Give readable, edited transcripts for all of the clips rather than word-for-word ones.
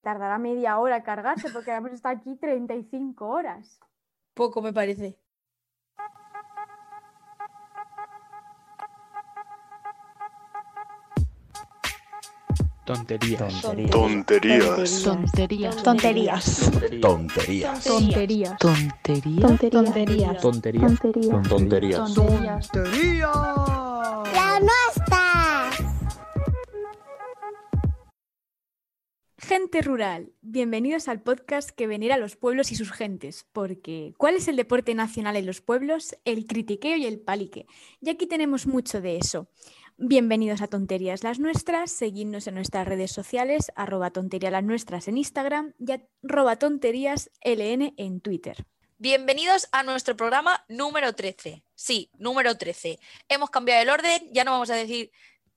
Tardará media hora cargarse porque hemos estado aquí 35 horas. Poco me parece. Tonterías. Tonterías. Tonterías. Tonterías. Tonterías. Tonterías. Tonterías. Tonterías. ¡Las nuestras! Gente rural, bienvenidos al podcast que venera a los pueblos y sus gentes, porque ¿cuál es el deporte nacional en los pueblos? El critiqueo y el palique. Y aquí tenemos mucho de eso. Bienvenidos a Tonterías las Nuestras, seguidnos en nuestras redes sociales, @tonteriaslasnuestras en Instagram y @tonteriasln en Twitter. Bienvenidos a nuestro programa número 13. Sí, número 13. Hemos cambiado el orden, ya no vamos a decir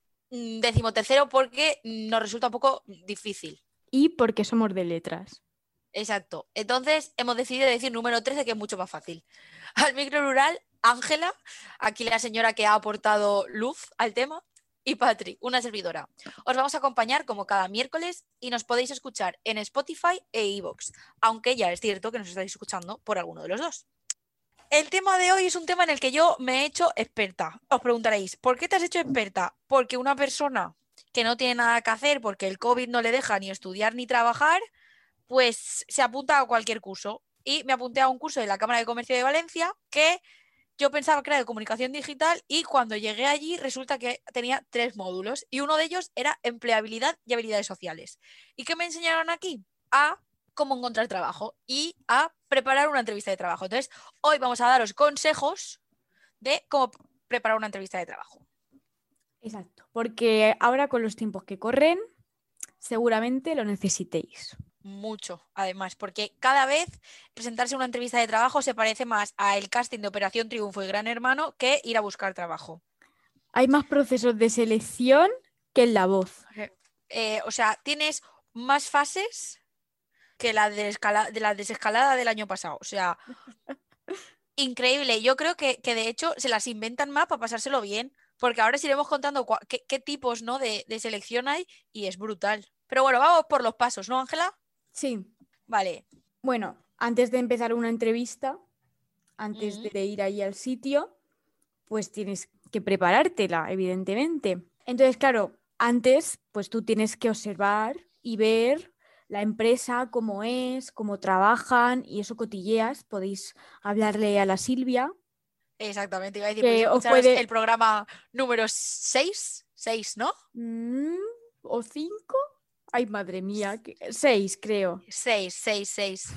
13º porque nos resulta un poco difícil. Y porque somos de letras. Exacto. Entonces hemos decidido decir número 13, que es mucho más fácil. Al micro rural, Ángela, aquí la señora que ha aportado luz al tema, y Patri, una servidora. Os vamos a acompañar como cada miércoles y nos podéis escuchar en Spotify e iVoox, aunque ya es cierto que nos estáis escuchando por alguno de los dos. El tema de hoy es un tema en el que yo me he hecho experta. Os preguntaréis, ¿por qué te has hecho experta? Porque una persona que no tiene nada que hacer porque el COVID no le deja ni estudiar ni trabajar, pues se apunta a cualquier curso. Y me apunté a un curso de la Cámara de Comercio de Valencia que yo pensaba que era de comunicación digital y cuando llegué allí resulta que tenía 3 módulos y uno de ellos era empleabilidad y habilidades sociales. ¿Y qué me enseñaron aquí? A cómo encontrar trabajo y a preparar una entrevista de trabajo. Entonces, hoy vamos a daros consejos de cómo preparar una entrevista de trabajo. Exacto, porque ahora con los tiempos que corren, seguramente lo necesitéis. Mucho, además, porque cada vez presentarse a una entrevista de trabajo se parece más a el casting de Operación Triunfo y Gran Hermano que ir a buscar trabajo. Hay más procesos de selección que en La Voz. O sea, tienes más fases que la de la desescalada del año pasado. O sea, increíble. Yo creo que de hecho se las inventan más para pasárselo bien, porque ahora os iremos contando qué tipos, ¿no? de selección hay y es brutal. Pero bueno, vamos por los pasos, ¿no, Ángela? Sí. Vale. Bueno, antes de empezar una entrevista, antes de ir ahí al sitio, pues tienes que preparártela, evidentemente. Entonces, claro, antes, pues tú tienes que observar y ver la empresa, cómo es, cómo trabajan y eso cotilleas. Podéis hablarle a la Silvia. Exactamente, iba a decir, Que podéis os escucharos puede... el programa número 6, ¿no? ¿O 5? Ay, madre mía, 6 creo. 6.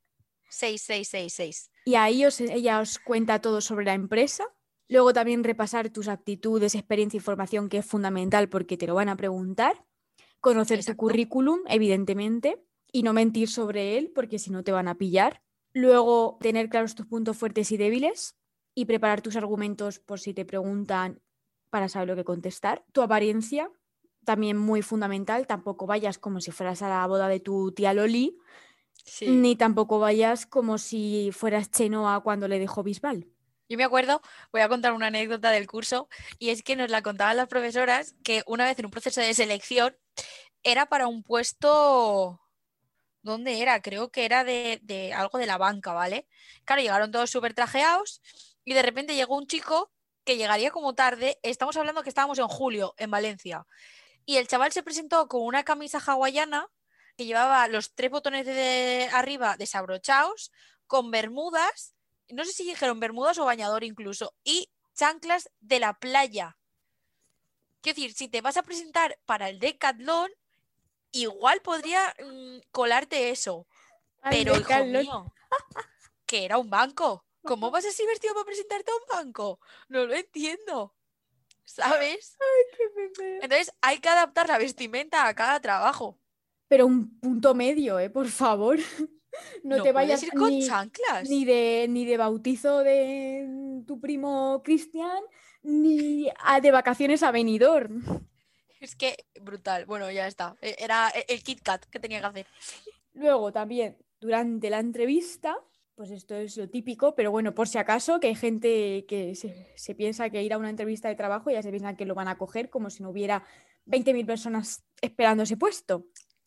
Y ahí ella os cuenta todo sobre la empresa. Luego también repasar tus aptitudes, experiencia y formación, que es fundamental porque te lo van a preguntar. Conocer tu Exacto. currículum, evidentemente, y no mentir sobre él porque si no te van a pillar. Luego tener claros tus puntos fuertes y débiles y preparar tus argumentos por si te preguntan para saber lo que contestar. Tu apariencia, también muy fundamental. Tampoco vayas como si fueras a la boda de tu tía Loli, Sí. ni tampoco vayas como si fueras Chenoa cuando le dejó Bisbal. Yo me acuerdo, voy a contar una anécdota del curso, y es que nos la contaban las profesoras que una vez en un proceso de selección era para un puesto... ¿Dónde era? Creo que era de algo de la banca, ¿vale? Claro, llegaron todos súper trajeados y de repente llegó un chico que llegaría como tarde. Estamos hablando que estábamos en julio en Valencia. Y el chaval se presentó con una camisa hawaiana que llevaba los 3 botones de arriba desabrochados, con bermudas, no sé si dijeron bermudas o bañador incluso, y chanclas de la playa. Quiero decir, si te vas a presentar para el Decathlon, igual podría colarte eso. Pero, hijo mío, que era un banco. ¿Cómo vas así vestido para presentarte a un banco? No lo entiendo. ¿Sabes? Ay, qué feo. Entonces hay que adaptar la vestimenta a cada trabajo. Pero un punto medio, por favor. No te puedes vayas ir con chanclas. ni de bautizo de tu primo Cristian, ni de vacaciones a Benidorm. Es que brutal. Bueno, ya está. Era el Kit Kat que tenía que hacer. Luego también, durante la entrevista, pues esto es lo típico, pero bueno, por si acaso, que hay gente que se piensa que ir a una entrevista de trabajo ya se piensan que lo van a coger como si no hubiera 20.000 personas esperando ese puesto.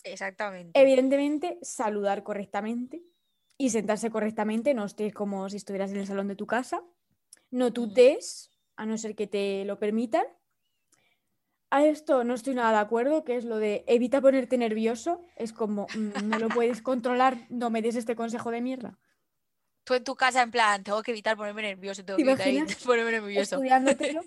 Exactamente. Evidentemente, saludar correctamente y sentarse correctamente, no estés como si estuvieras en el salón de tu casa. No tutees, a no ser que te lo permitan. A esto no estoy nada de acuerdo, que es lo de evita ponerte nervioso. Es como, no lo puedes controlar, no me des este consejo de mierda. Tú en tu casa, en plan, tengo que evitar ponerme nervioso, tengo ¿Te que evitar imaginas ponerme nervioso. estudiándotelo?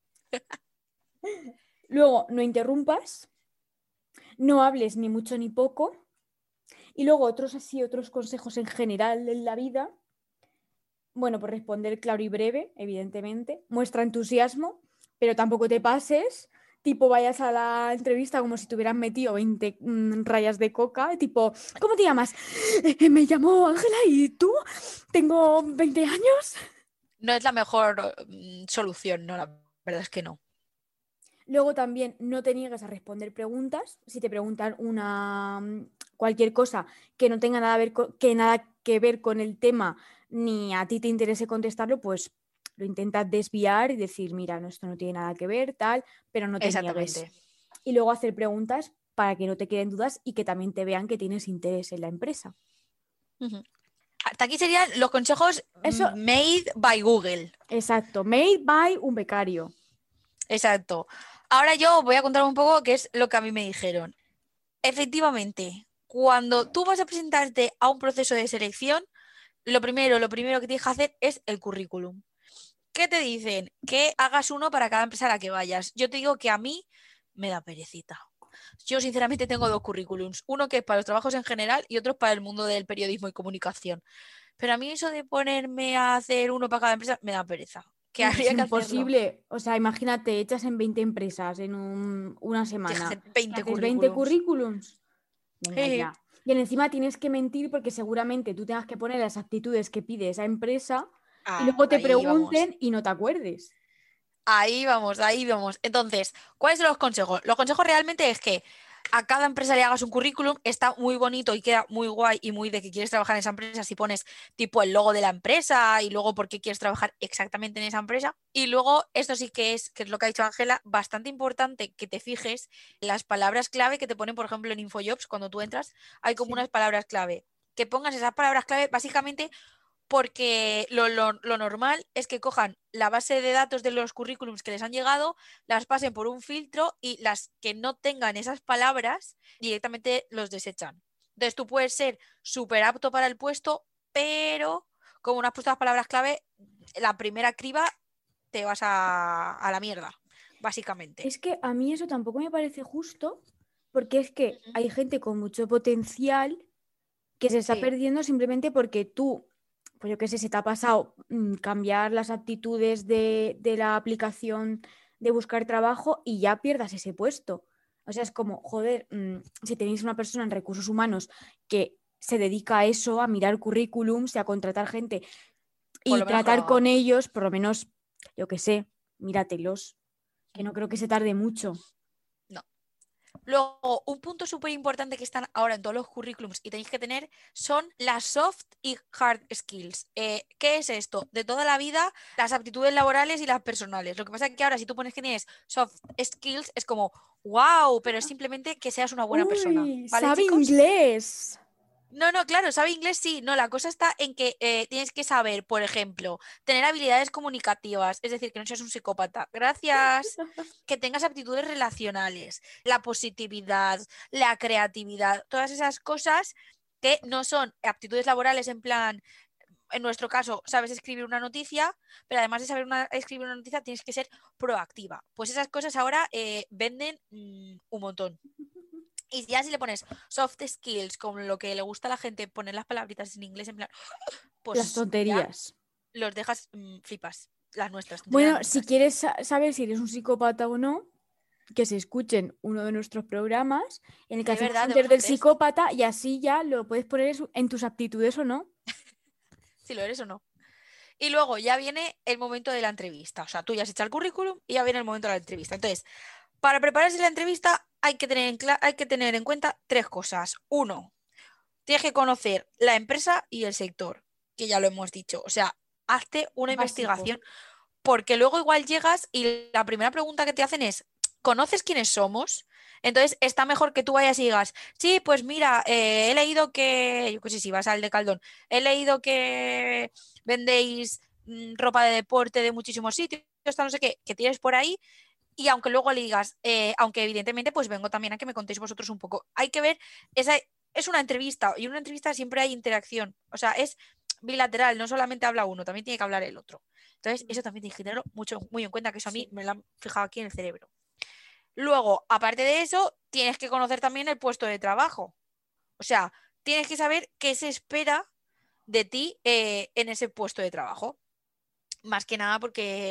Luego, no interrumpas, no hables ni mucho ni poco. Y luego otros consejos en general en la vida. Bueno, pues responder claro y breve, evidentemente. Muestra entusiasmo, pero tampoco te pases. Tipo, vayas a la entrevista como si te hubieran metido 20 rayas de coca. Tipo, ¿cómo te llamas? Me llamo Ángela y tú tengo 20 años. No es la mejor solución, no, la verdad es que no. Luego también no te niegues a responder preguntas. Si te preguntan cualquier cosa que no tenga nada que ver con el tema, ni a ti te interese contestarlo, pues lo intentas desviar y decir, mira, no, esto no tiene nada que ver, tal, pero no te niegues. Exactamente. Y luego hacer preguntas para que no te queden dudas y que también te vean que tienes interés en la empresa. Hasta aquí serían los consejos Eso- made by Google. Exacto, made by un becario. Exacto. Ahora yo voy a contar un poco qué es lo que a mí me dijeron. Efectivamente, cuando tú vas a presentarte a un proceso de selección, lo primero que tienes que hacer es el currículum. ¿Qué te dicen? Que hagas uno para cada empresa a la que vayas. Yo te digo que a mí me da perecita. Yo sinceramente tengo 2 currículums, uno que es para los trabajos en general y otro para el mundo del periodismo y comunicación. Pero a mí eso de ponerme a hacer uno para cada empresa me da pereza. Que Es habría que hacerlo. imposible. O sea, imagínate, echas en 20 empresas en una Tienes que semana. hacer 20 ¿Haces 20 currículums. currículums? Venga ya. Y encima tienes que mentir porque seguramente tú tengas que poner las aptitudes que pide esa empresa y luego te Ahí vamos. pregunten y no te acuerdes. Ahí vamos, ahí vamos. Entonces, ¿cuáles son los consejos? Los consejos realmente es que a cada empresa le hagas un currículum, está muy bonito y queda muy guay y muy de que quieres trabajar en esa empresa si pones tipo el logo de la empresa y luego por qué quieres trabajar exactamente en esa empresa. Y luego, esto sí que es lo que ha dicho Ángela, bastante importante que te fijes en las palabras clave que te ponen, por ejemplo, en InfoJobs, cuando tú entras, hay como unas palabras clave. Que pongas esas palabras clave básicamente porque lo normal es que cojan la base de datos de los currículums que les han llegado, las pasen por un filtro y las que no tengan esas palabras directamente los desechan. Entonces tú puedes ser súper apto para el puesto, pero como no has puesto las palabras clave, la primera criba te vas a la mierda, básicamente. Es que a mí eso tampoco me parece justo porque es que hay gente con mucho potencial que se está Sí. perdiendo simplemente porque tú, pues yo qué sé, se te ha pasado cambiar las aptitudes de la aplicación de buscar trabajo y ya pierdas ese puesto. O sea, es como, joder, si tenéis una persona en recursos humanos que se dedica a eso, a mirar currículums y a contratar gente Por y lo menos que lo tratar haga. con ellos, por lo menos, yo qué sé, míratelos, que no creo que se tarde mucho. No. Luego, un punto súper importante que están ahora en todos los currículums y tenéis que tener son las soft y hard skills. ¿Qué es esto? De toda la vida, las aptitudes laborales y las personales. Lo que pasa es que ahora si tú pones que tienes soft skills es como, wow, pero es simplemente que seas una buena persona. Uy, ¿Vale, sabe chicos? inglés. No, claro, sabe inglés sí. No, la cosa está en que tienes que saber, por ejemplo, tener habilidades comunicativas, es decir, que no seas un psicópata. Gracias. Que tengas aptitudes relacionales, la positividad, la creatividad, todas esas cosas que no son aptitudes laborales en plan, en nuestro caso, sabes escribir una noticia, pero además de saber escribir una noticia, tienes que ser proactiva. Pues esas cosas ahora venden un montón. Y ya si le pones soft skills, como lo que le gusta a la gente, poner las palabritas en inglés, en plan, pues Las tonterías. ya los dejas flipas, las nuestras. Bueno, Las si nuestras. quieres saber si eres un psicópata o no, que se escuchen uno de nuestros programas en el que Es hacemos verdad, un tenemos test un del test, psicópata y así ya lo puedes poner en tus aptitudes o no. si lo eres o no. Y luego ya viene el momento de la entrevista. O sea, tú ya has hecho el currículum y ya viene el momento de la entrevista. Entonces, para prepararse la entrevista hay que tener en cuenta 3 cosas. 1, tienes que conocer la empresa y el sector, que ya lo hemos dicho. O sea, hazte una Básico. investigación porque luego igual llegas y la primera pregunta que te hacen es, ¿conoces quiénes somos? Entonces está mejor que tú vayas y digas, sí, pues mira, he leído que, yo qué sé, si vas al Decathlon, he leído que vendéis ropa de deporte de muchísimos sitios, tal, no sé qué, que tienes por ahí. Y aunque luego le digas, aunque evidentemente pues vengo también a que me contéis vosotros un poco. Hay que ver, esa es una entrevista y en una entrevista siempre hay interacción. O sea, es bilateral, no solamente habla uno, también tiene que hablar el otro. Entonces, eso también tienes que tenerlo muy en cuenta, que eso a mí me lo han fijado aquí en el cerebro. Luego, aparte de eso, tienes que conocer también el puesto de trabajo. O sea, tienes que saber qué se espera de ti en ese puesto de trabajo. Más que nada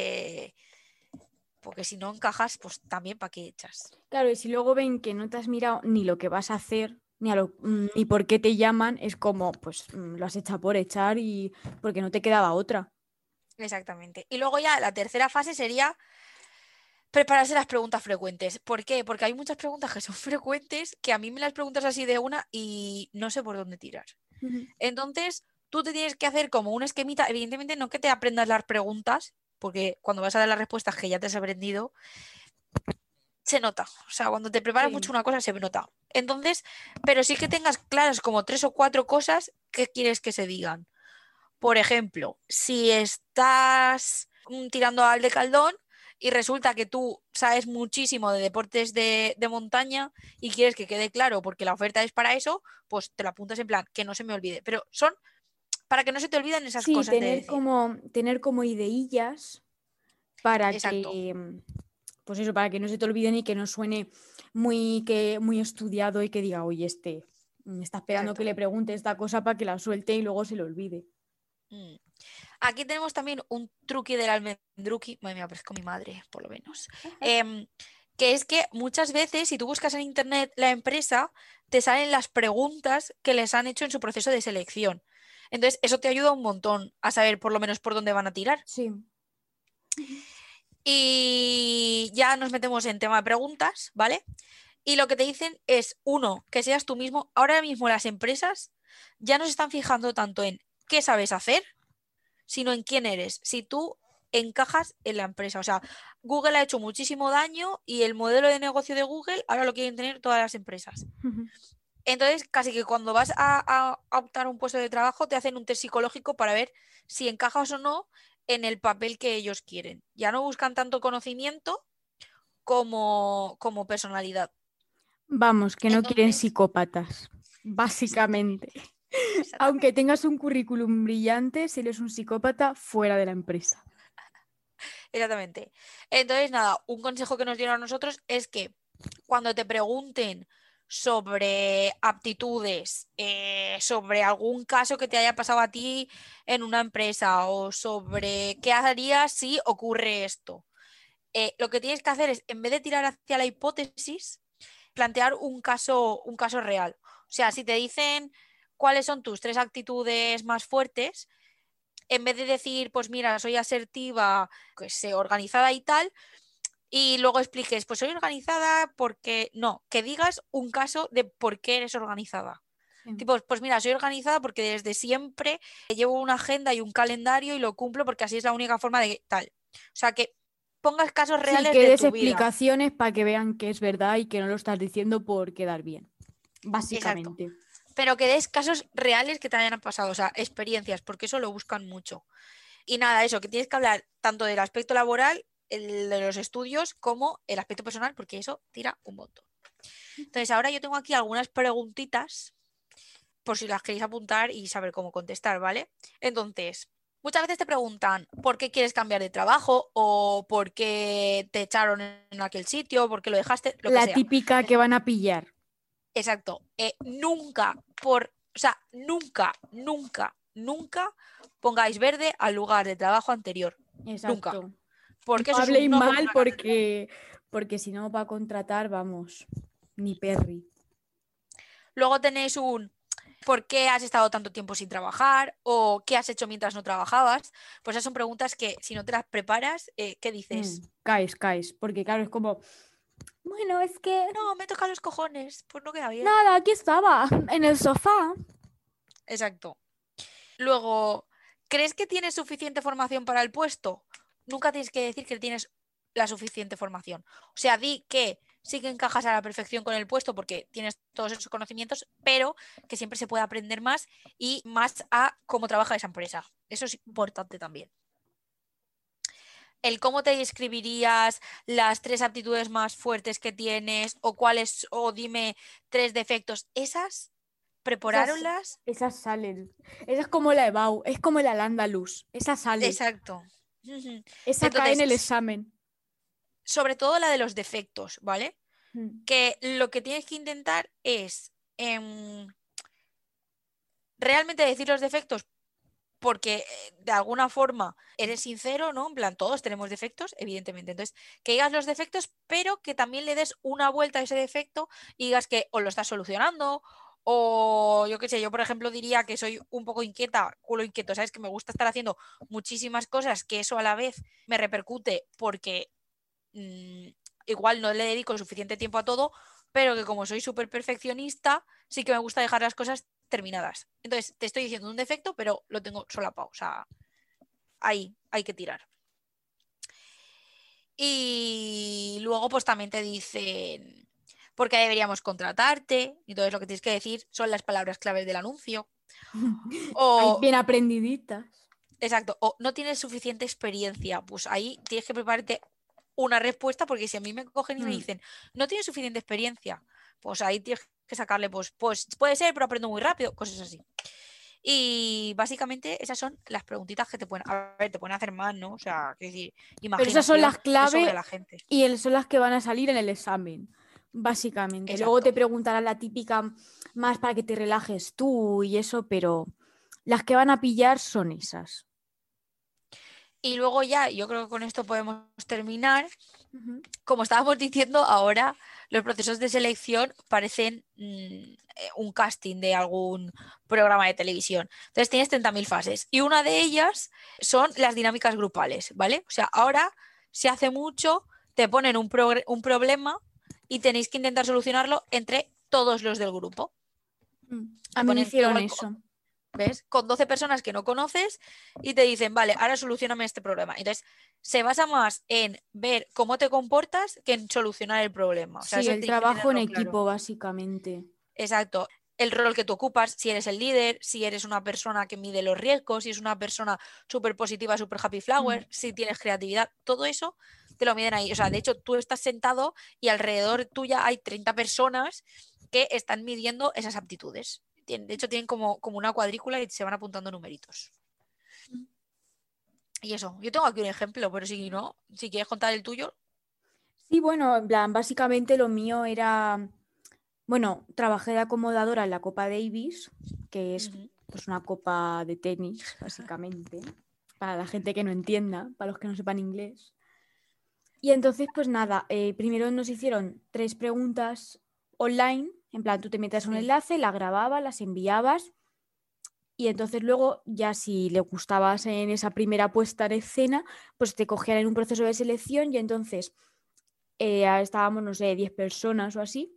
porque si no encajas, pues también para qué echas. Claro, y si luego ven que no te has mirado ni lo que vas a hacer, ni por qué te llaman, es como, pues lo has echado por echar y porque no te quedaba otra. Exactamente. Y luego ya la tercera fase sería prepararse las preguntas frecuentes. ¿Por qué? Porque hay muchas preguntas que son frecuentes que a mí me las preguntas así de una y no sé por dónde tirar. Entonces, tú te tienes que hacer como un esquemita. Evidentemente, no que te aprendas las preguntas, porque cuando vas a dar las respuestas que ya te has aprendido, se nota. O sea, cuando te preparas mucho una cosa, se nota. Entonces, pero sí que tengas claras como 3 o 4 cosas que quieres que se digan. Por ejemplo, si estás tirando al de Caldón y resulta que tú sabes muchísimo de deportes de montaña y quieres que quede claro porque la oferta es para eso, pues te lo apuntas en plan, que no se me olvide. Pero son para que no se te olviden esas Sí, cosas de decir. tener como ideillas para Exacto, que, pues eso, para que no se te olviden y que no suene muy estudiado y que diga, oye, está esperando que exacto. le pregunte esta cosa para que la suelte y luego se le olvide. Mm. Aquí tenemos también un truqui del almendruqui, madre mía, parezco mi madre, por lo menos, em, que es que muchas veces, si tú buscas en internet la empresa, te salen las preguntas que les han hecho en su proceso de selección. Entonces, eso te ayuda un montón a saber por lo menos por dónde van a tirar. Sí. Y ya nos metemos en tema de preguntas, ¿vale? Y lo que te dicen es, uno, que seas tú mismo. Ahora mismo las empresas ya no se están fijando tanto en qué sabes hacer, sino en quién eres, si tú encajas en la empresa. O sea, Google ha hecho muchísimo daño y el modelo de negocio de Google ahora lo quieren tener todas las empresas. Entonces, casi que cuando vas a optar a un puesto de trabajo, te hacen un test psicológico para ver si encajas o no en el papel que ellos quieren. Ya no buscan tanto conocimiento como personalidad. Vamos, que no quieren Entonces, psicópatas, básicamente. Aunque exactamente. tengas un currículum brillante, si eres un psicópata, fuera de la empresa. Exactamente. Entonces, nada, un consejo que nos dieron a nosotros es que cuando te pregunten sobre aptitudes, sobre algún caso que te haya pasado a ti en una empresa o sobre qué harías si ocurre esto, lo que tienes que hacer es, en vez de tirar hacia la hipótesis, plantear un caso real. O sea, si te dicen cuáles son tus 3 actitudes más fuertes, en vez de decir, pues mira, soy asertiva, que sé, organizada y tal, y luego expliques, pues soy organizada porque no, que digas un caso de por qué eres organizada. Sí. Tipo, pues mira, soy organizada porque desde siempre llevo una agenda y un calendario y lo cumplo porque así es la única forma de tal. O sea, que pongas casos Sí, reales que de des tu vida. explicaciones para que vean que es verdad y que no lo estás diciendo por quedar bien, Exacto. básicamente. Pero que des casos reales que te hayan pasado, o sea, experiencias, porque eso lo buscan mucho. Y nada, eso, que tienes que hablar tanto del aspecto laboral, el de los estudios, como el aspecto personal, porque eso tira un montón. Entonces, ahora yo tengo aquí algunas preguntitas, por si las queréis apuntar y saber cómo contestar, ¿vale? Entonces, muchas veces te preguntan por qué quieres cambiar de trabajo o por qué te echaron en aquel sitio, por qué lo dejaste, lo que La sea. típica que van a pillar. Exacto. O sea, nunca pongáis verde al lugar de trabajo anterior. Nunca. Exacto. No Porque eso es un habléis no como mal una catedral. porque si no, para contratar, vamos, ni Perry. Luego tenéis un ¿por qué has estado tanto tiempo sin trabajar? ¿O qué has hecho mientras no trabajabas? Pues esas son preguntas que si no te las preparas, ¿qué dices? Caes, porque claro, es como, bueno, es que No, me toca los cojones, pues no queda bien. nada, aquí estaba, en el sofá. Exacto. Luego, ¿crees que tienes suficiente formación para el puesto? Nunca tienes que decir que tienes la suficiente formación. O sea, di que sí que encajas a la perfección con el puesto porque tienes todos esos conocimientos, pero que siempre se puede aprender más y más a cómo trabaja esa empresa. Eso es importante también. El cómo te describirías las 3 aptitudes más fuertes que tienes o cuáles, o dime 3 defectos. ¿Esas prepararonlas? Esas salen. Esa es como la EBAU, es como la Al-Andalus. Esa sale. Exacto. Ujú. Esa cae en el Entonces, examen. sobre todo la de los defectos, ¿vale? Mm. Que lo que tienes que intentar es realmente decir los defectos porque de alguna forma eres sincero, ¿no? En plan, todos tenemos defectos, evidentemente. Entonces, que digas los defectos, pero que también le des una vuelta a ese defecto y digas que o lo estás solucionando o yo qué sé, yo por ejemplo diría que soy un poco inquieta, culo inquieto, ¿sabes? Que me gusta estar haciendo muchísimas cosas, que eso a la vez me repercute porque mm, igual no le dedico suficiente tiempo a todo, pero que como soy súper perfeccionista, sí que me gusta dejar las cosas terminadas. Entonces, te estoy diciendo un defecto, pero lo tengo solapado. O sea, ahí hay que tirar. Y luego, pues también te dicen por qué deberíamos contratarte. Y todo lo que tienes que decir son las palabras claves del anuncio. Ahí O, bien aprendiditas. exacto, o no tienes suficiente experiencia. Pues ahí tienes que prepararte una respuesta, porque si a mí me cogen y me Mm. dicen, no tienes suficiente experiencia, pues ahí tienes que sacarle, pues puede ser, pero aprendo muy rápido, cosas así. Y básicamente esas son las preguntitas que te pueden, a ver, te pueden hacer más, ¿no? O sea, que decir, Pero esas son imaginación las es sobre clave la gente. y son las que van a salir en el examen, básicamente. Luego Exacto. te preguntarán la típica más para que te relajes tú y eso, pero las que van a pillar son esas. Y luego ya, yo creo que con esto podemos terminar. Ujú. Como estábamos diciendo, ahora los procesos de selección parecen un casting de algún programa de televisión. Entonces tienes 30.000 fases y una de ellas son las dinámicas grupales, ¿vale? O sea, ahora se hace mucho, te ponen un problema y tenéis que intentar solucionarlo entre todos los del grupo. A Te mí me ponen hicieron igual, eso. ¿ves? Con 12 personas que no conoces y te dicen, vale, ahora solucioname este problema. Entonces, se basa más en ver cómo te comportas que en solucionar el problema. O sea, Sí, eso el tienes que trabajo en tenerlo claro. equipo, básicamente. Exacto. El rol que tú ocupas, si eres el líder, si eres una persona que mide los riesgos, si es una persona súper positiva, súper happy Mm. flower, si tienes creatividad, todo eso te lo miden ahí. O sea, de hecho, tú estás sentado y alrededor tuya hay 30 personas que están midiendo esas aptitudes. De hecho, tienen como una cuadrícula y se van apuntando numeritos. Y eso, yo tengo aquí un ejemplo, pero si no, si quieres contar el tuyo. Sí, bueno, en plan, básicamente lo mío era, bueno, trabajé de acomodadora en la Copa Davis, que es Ujú. pues una copa de tenis, básicamente, para la gente que no entienda, para los que no sepan inglés. Y entonces, pues nada, primero nos hicieron 3 preguntas online, en plan, tú te metías un Sí. enlace, la grababas, las enviabas y entonces luego ya si le gustabas en esa primera puesta en escena, pues te cogían en un proceso de selección y entonces estábamos, no sé, 10 personas o así.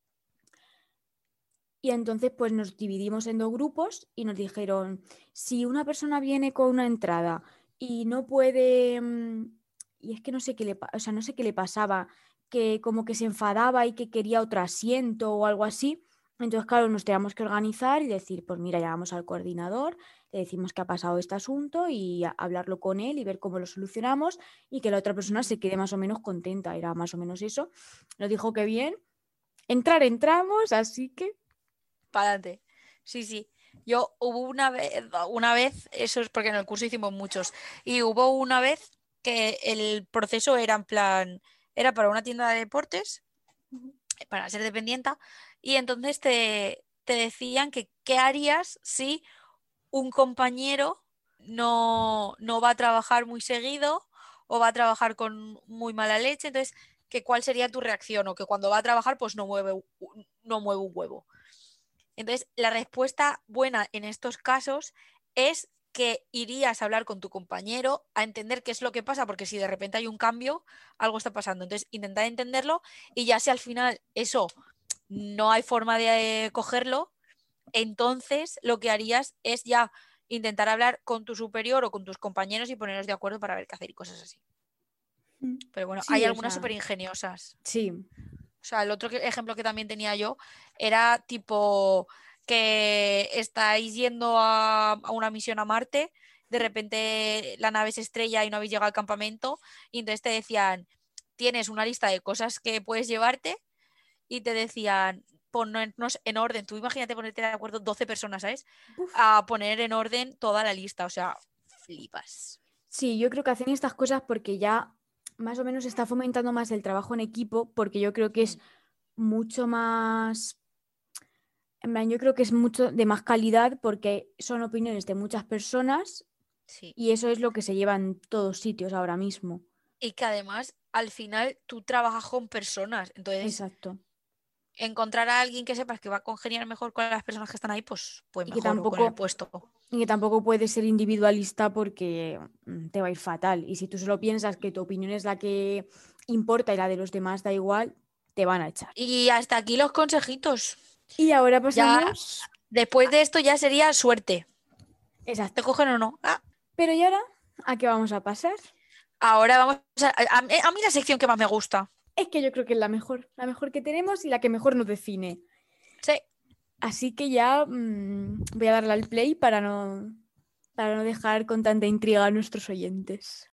Y entonces pues nos dividimos en 2 grupos y nos dijeron, si una persona viene con una entrada y no puede, y es que no sé qué o sea, no sé qué le pasaba, que como que se enfadaba y que quería otro asiento o algo así. Entonces, claro, nos teníamos que organizar y decir, pues mira, llamamos al coordinador, le decimos que ha pasado este asunto y hablarlo con él y ver cómo lo solucionamos y que la otra persona se quede más o menos contenta. Era más o menos eso. Nos dijo que bien. Entramos, así que... Para adelante. Sí, sí. Yo hubo una vez, eso es porque en el curso hicimos muchos, y hubo una vez que el proceso era en plan, era para una tienda de deportes, para ser dependienta, y entonces te decían que qué harías si un compañero no va a trabajar muy seguido o va a trabajar con muy mala leche, entonces, que cuál sería tu reacción o que cuando va a trabajar pues no mueve un huevo. Entonces, la respuesta buena en estos casos es que irías a hablar con tu compañero, a entender qué es lo que pasa, porque si de repente hay un cambio, algo está pasando. Entonces, intentar entenderlo y ya si al final eso no hay forma de cogerlo, entonces lo que harías es ya intentar hablar con tu superior o con tus compañeros y poneros de acuerdo para ver qué hacer y cosas así. Pero bueno, hay Sí, o algunas sea, súper ingeniosas. sí. O sea, el otro ejemplo que también tenía yo era tipo que estáis yendo a una misión a Marte, de repente la nave se estrella y no habéis llegado al campamento, y entonces te decían, tienes una lista de cosas que puedes llevarte, y te decían, ponernos en orden. Tú imagínate ponerte de acuerdo 12 personas, ¿sabes? A poner en orden toda la lista, o sea, flipas. Sí, yo creo que hacen estas cosas porque ya más o menos está fomentando más el trabajo en equipo, porque yo creo que es mucho más, en plan, yo creo que es mucho de más calidad porque son opiniones de muchas personas Sí. y eso es lo que se lleva en todos sitios ahora mismo. Y que además, al final, tú trabajas con personas. Entonces, Exacto. encontrar a alguien que sepas que va a congeniar mejor con las personas que están ahí, pues Y que mejor, o con el tampoco, puesto. y que tampoco puedes ser individualista porque te va a ir fatal. Y si tú solo piensas que tu opinión es la que importa y la de los demás da igual, te van a echar. Y hasta aquí los consejitos. Y ahora Ya, pasamos... después de esto ya sería suerte. Exacto. ¿Te cogen o no? Pero ¿y ahora a qué vamos a pasar? Ahora vamos a mí la sección que más me gusta. Es que yo creo que es la mejor que tenemos y la que mejor nos define. Sí. Así que ya voy a darle al play para no dejar con tanta intriga a nuestros oyentes.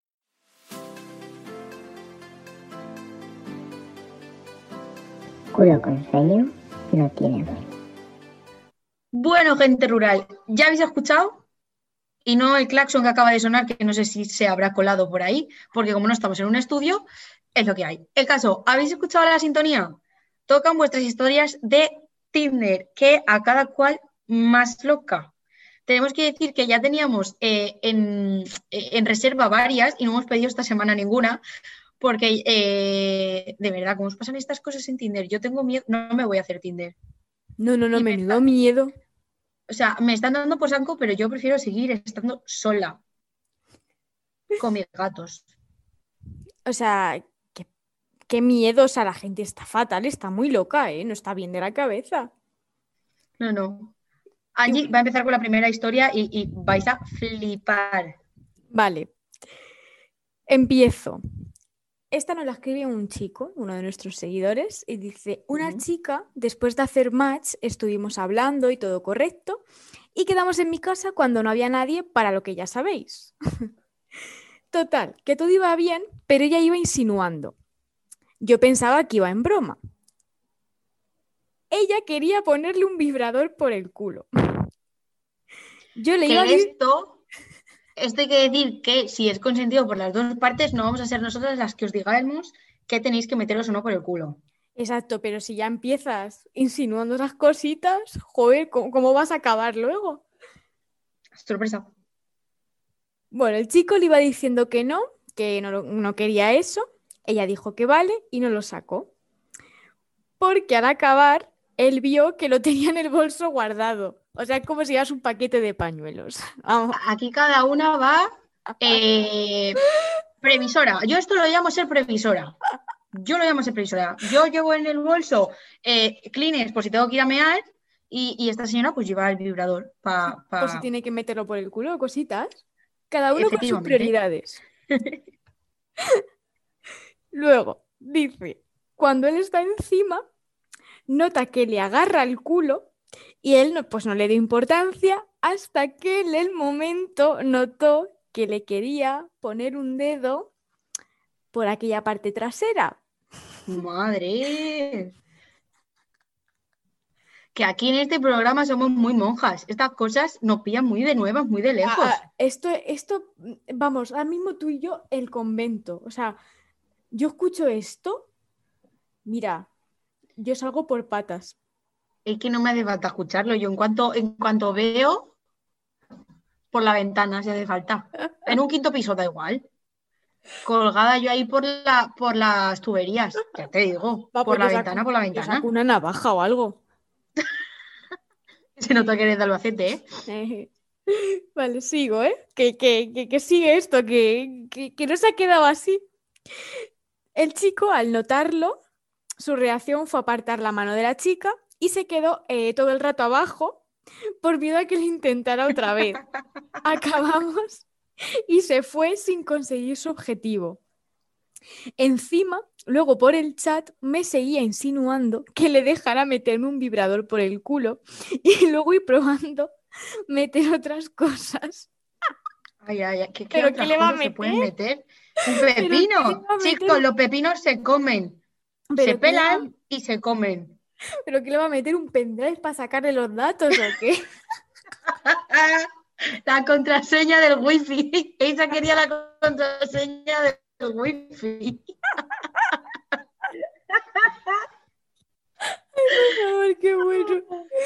Culo con sueño no tiene fin. Bueno, gente rural, ¿ya habéis escuchado? Y no el claxon que acaba de sonar, que no sé si se habrá colado por ahí, porque como no estamos en un estudio, es lo que hay. El caso, ¿habéis escuchado la sintonía? Tocan vuestras historias de Tinder, que a cada cual más loca. Tenemos que decir que ya teníamos en reserva varias y no hemos pedido esta semana ninguna, porque de verdad, ¿cómo os pasan estas cosas en Tinder? Yo tengo miedo, no me voy a hacer Tinder. No, Y menudo miedo. O sea, me están dando por saco, pero yo prefiero seguir estando sola con mis gatos. O sea, qué miedo. O sea, la gente está fatal, está muy loca, ¿eh? No está bien de la cabeza. No. Angie va a empezar con la primera historia y vais a flipar. Vale. Empiezo. Esta nos la escribe un chico, uno de nuestros seguidores, y dice, una chica, después de hacer match, estuvimos hablando y todo correcto, y quedamos en mi casa cuando no había nadie, para lo que ya sabéis. Total, que todo iba bien, pero ella iba insinuando. Yo pensaba que iba en broma. Ella quería ponerle un vibrador por el culo. Yo le iba a decir... Esto hay que decir que si es consentido por las dos partes, no vamos a ser nosotras las que os digamos que tenéis que meteros o no por el culo. Exacto, pero si ya empiezas insinuando esas cositas, joder, ¿cómo vas a acabar luego? Sorpresa. Bueno, el chico le iba diciendo que no quería eso. Ella dijo que vale y no lo sacó. Porque al acabar, él vio que lo tenía en el bolso guardado. O sea, es como si llevas un paquete de pañuelos. Vamos. Aquí cada una va previsora. Yo esto lo llamo ser previsora. Yo llevo en el bolso Kleenex por si tengo que ir a mear y esta señora pues lleva el vibrador para... Por si tiene que meterlo por el culo, cositas. Cada uno con sus prioridades. Luego, dice, cuando él está encima, nota que le agarra el culo y él no le dio importancia hasta que en el momento notó que le quería poner un dedo por aquella parte trasera. ¡Madre! Que aquí en este programa somos muy monjas. Estas cosas nos pillan muy de nuevas, muy de lejos. Esto, vamos, ahora mismo tú y yo, el convento. O sea, yo escucho esto, mira, yo salgo por patas. Es que no me hace falta escucharlo. Yo en cuanto veo por la ventana, si hace falta. En un quinto piso da igual. Colgada yo ahí por las tuberías. Ya te digo. Por la ventana. Yo saco una navaja o algo. Se nota que eres de Albacete, ¿eh? Vale, sigo, ¿eh? Que sigue esto, que no se ha quedado así. El chico, al notarlo, su reacción fue apartar la mano de la chica y se quedó todo el rato abajo por miedo a que lo intentara otra vez. Acabamos y se fue sin conseguir su objetivo. Encima luego por el chat me seguía insinuando que le dejara meterme un vibrador por el culo y luego ir probando meter otras cosas. Ay, ¿qué ¿Pero otras qué le va a cosas se pueden meter? meter? ¡Un ¿Pero qué le pepino! va a meter? Chicos, los pepinos se comen. ¿Pero Se qué le va a- pelan y se comen. ¿Pero qué le va a meter un pendrive para sacarle los datos o qué? La contraseña del wifi. Ella quería la contraseña del wifi. Por favor, qué bueno.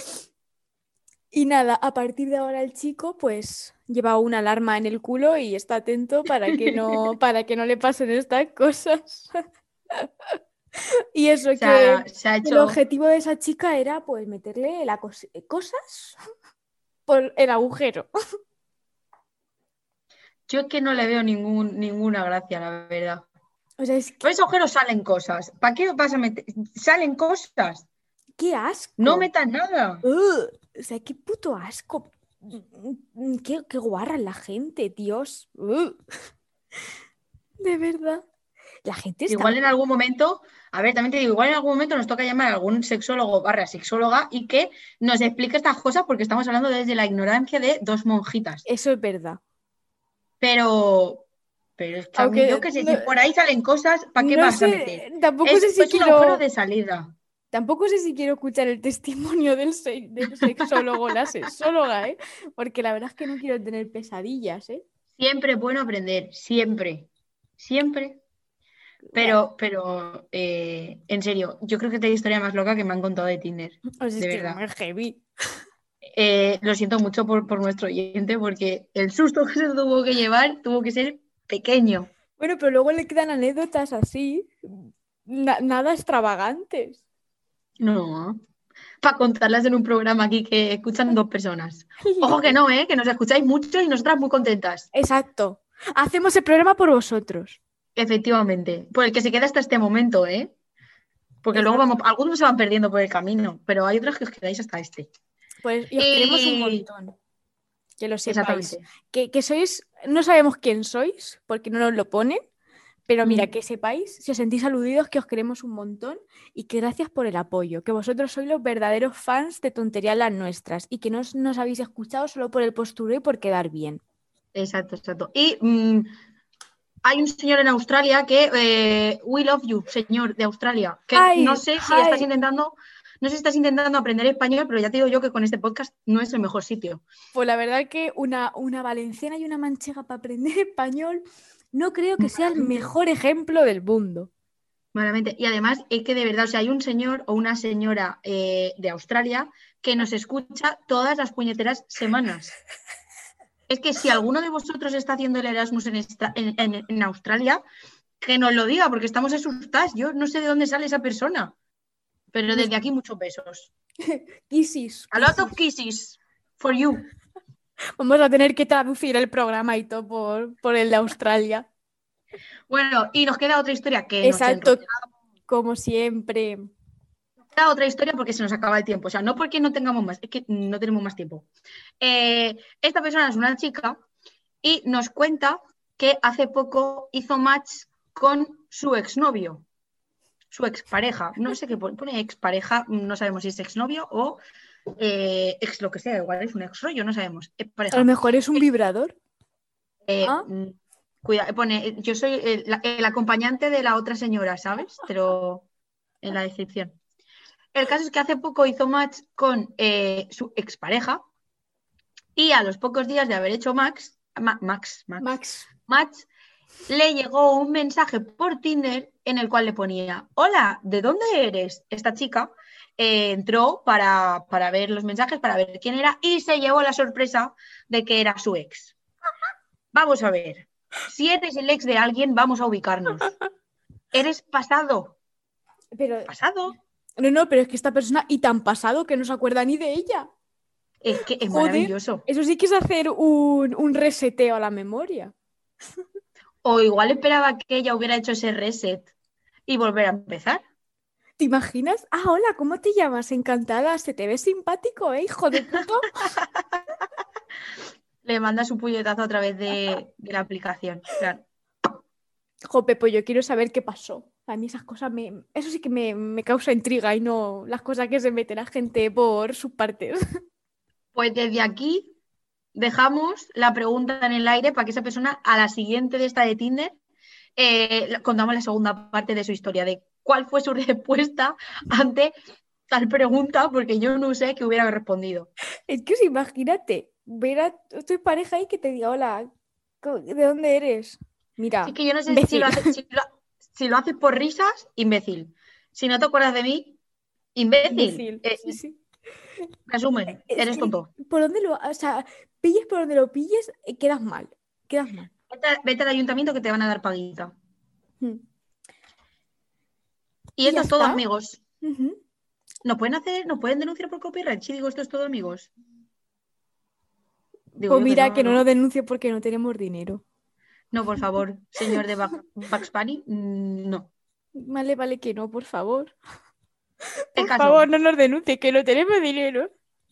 Y nada, a partir de ahora el chico pues lleva una alarma en el culo y está atento para que no le pasen estas cosas. Y eso, O sea, se ha el hecho... objetivo de esa chica era pues meterle cosas por el agujero. Yo es que no le veo ninguna gracia, la verdad. O sea, es Por que esos agujeros salen cosas. ¿Para qué vas a meter? Salen cosas. qué asco. No metas nada. O sea, qué puto asco. Qué guarra la gente, Dios. De verdad. La gente está... Igual en algún momento, a ver, también te digo, igual en algún momento nos toca llamar a algún sexólogo / sexóloga y que nos explique estas cosas porque estamos hablando desde la ignorancia de dos monjitas. Eso es verdad. Pero es que a mí, Aunque yo qué sé, no- si por ahí salen cosas, ¿para qué no vas a sé, meter? tampoco sé si Es un quiero... agujero de salida. Tampoco sé si quiero escuchar el testimonio del sexólogo o la sexóloga, ¿eh? Porque la verdad es que no quiero tener pesadillas, ¿eh? Siempre es bueno aprender, siempre. Siempre. Pero en serio, yo creo que esta es la historia más loca que me han contado de Tinder. O sea, es De que verdad. es heavy. Lo siento mucho por nuestro oyente porque el susto que se tuvo que llevar tuvo que ser pequeño. Bueno, pero luego le quedan anécdotas así, nada extravagantes. No, para contarlas en un programa aquí que escuchan 2 personas. Ojo que no, que nos escucháis mucho y nosotras muy contentas. Exacto. Hacemos el programa por vosotros. Efectivamente, por el que se queda hasta este momento, porque luego Exacto. algunos se van perdiendo por el camino, pero hay otros que os quedáis hasta este. Pues y os queremos un montón. Que lo sepáis. Exactamente. Que sois, no sabemos quién sois, porque no nos lo ponen, pero mira, que sepáis, si os sentís aludidos, que os queremos un montón y que gracias por el apoyo, que vosotros sois los verdaderos fans de Tonterías las Nuestras y que no nos habéis escuchado solo por el postureo y por quedar bien. Exacto. Y hay un señor en Australia que, we love you, señor de Australia, que no sé si estás intentando aprender español, pero ya te digo yo que con este podcast no es el mejor sitio. Pues la verdad que una valenciana y una manchega para aprender español no creo que sea el mejor ejemplo del mundo. Malamente. Y además es que de verdad, o sea, hay un señor o una señora de Australia que nos escucha todas las puñeteras semanas. Es que si alguno de vosotros está haciendo el Erasmus en Australia, que nos lo diga, porque estamos asustadas. Yo no sé de dónde sale esa persona. Pero desde aquí muchos besos. Kisses. A lot of kisses for you. Vamos a tener que traducir el programa y todo por el de Australia. Bueno, y nos queda otra historia que Exacto, como siempre. Nos queda otra historia porque se nos acaba el tiempo. O sea, no porque no tengamos más, es que no tenemos más tiempo. Esta persona es una chica y nos cuenta que hace poco hizo match con su exnovio, su expareja. No sé qué pone expareja, no sabemos si es exnovio o ex lo que sea, igual es un ex rollo, no sabemos. A lo mejor es un vibrador. Cuidado, pone, yo soy el acompañante de la otra señora, ¿sabes? Pero en la descripción. El caso es que hace poco hizo match con su expareja y a los pocos días de haber hecho match, le llegó un mensaje por Tinder en el cual le ponía: hola, ¿de dónde eres? Esta chica entró para ver los mensajes, para ver quién era y se llevó la sorpresa de que era su ex. Vamos a ver, si eres el ex de alguien, vamos a ubicarnos. Eres pasado. Pero... ¿Pasado? No, pero es que esta persona, y tan pasado que no se acuerda ni de ella. Es que es maravilloso. Eso sí que es hacer un reseteo a la memoria. O igual esperaba que ella hubiera hecho ese reset y volver a empezar. ¿Te imaginas? Ah, hola, ¿cómo te llamas? Encantada, se te ve simpático, hijo de puto. Le manda su puñetazo a través de la aplicación, claro. Jope, pues yo quiero saber qué pasó A mí esas cosas eso sí que me causa intriga y no las cosas que se mete la gente por sus partes. Pues desde aquí dejamos la pregunta en el aire para que esa persona a la siguiente de esta de Tinder contamos la segunda parte de su historia, de cuál fue su respuesta ante tal pregunta, porque yo no sé qué hubiera respondido. Es que imagínate, ver a tu pareja y que te diga, hola, ¿de dónde eres? Mira, Así que yo no sé imbécil. si lo haces por risas, imbécil. Si no te acuerdas de mí, imbécil. Sí. Resumen, eres tonto. Pilles por donde lo pilles, quedas mal. Vete al ayuntamiento que te van a dar paguita. Hmm. Y esto ya es todo, está. amigos. Uh-huh. ¿Nos pueden denunciar por copyright? Si digo esto es todo, amigos. Digo Pues yo mira, que no nos denuncie porque no tenemos dinero. No, por favor, señor de Bugs Bunny, no. Vale que no, por favor. El Por caso, favor, no nos denuncie, que no tenemos dinero.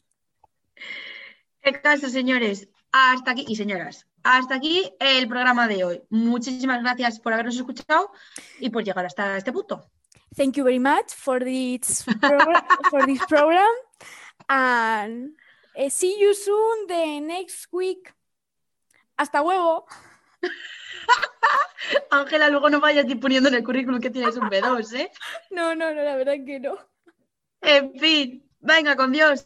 el caso, señores, hasta aquí, y señoras, hasta aquí el programa de hoy. Muchísimas gracias por habernos escuchado y por llegar hasta este punto. Thank you very much for this program and see you soon the next week. Hasta luego. Ángela, luego no vayas poniendo en el currículum que tienes un B2, ¿eh? No, la verdad que no. En fin, venga, con Dios.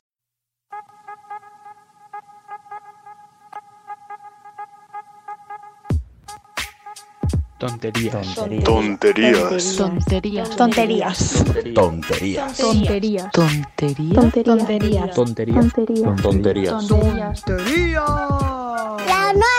Tonterías. Tonterías. Tonterías. Tonterías. Tonterías. Tonterías. Tonterías. Tonterías. Tonterías. Tonterías. Tonterías. La nueva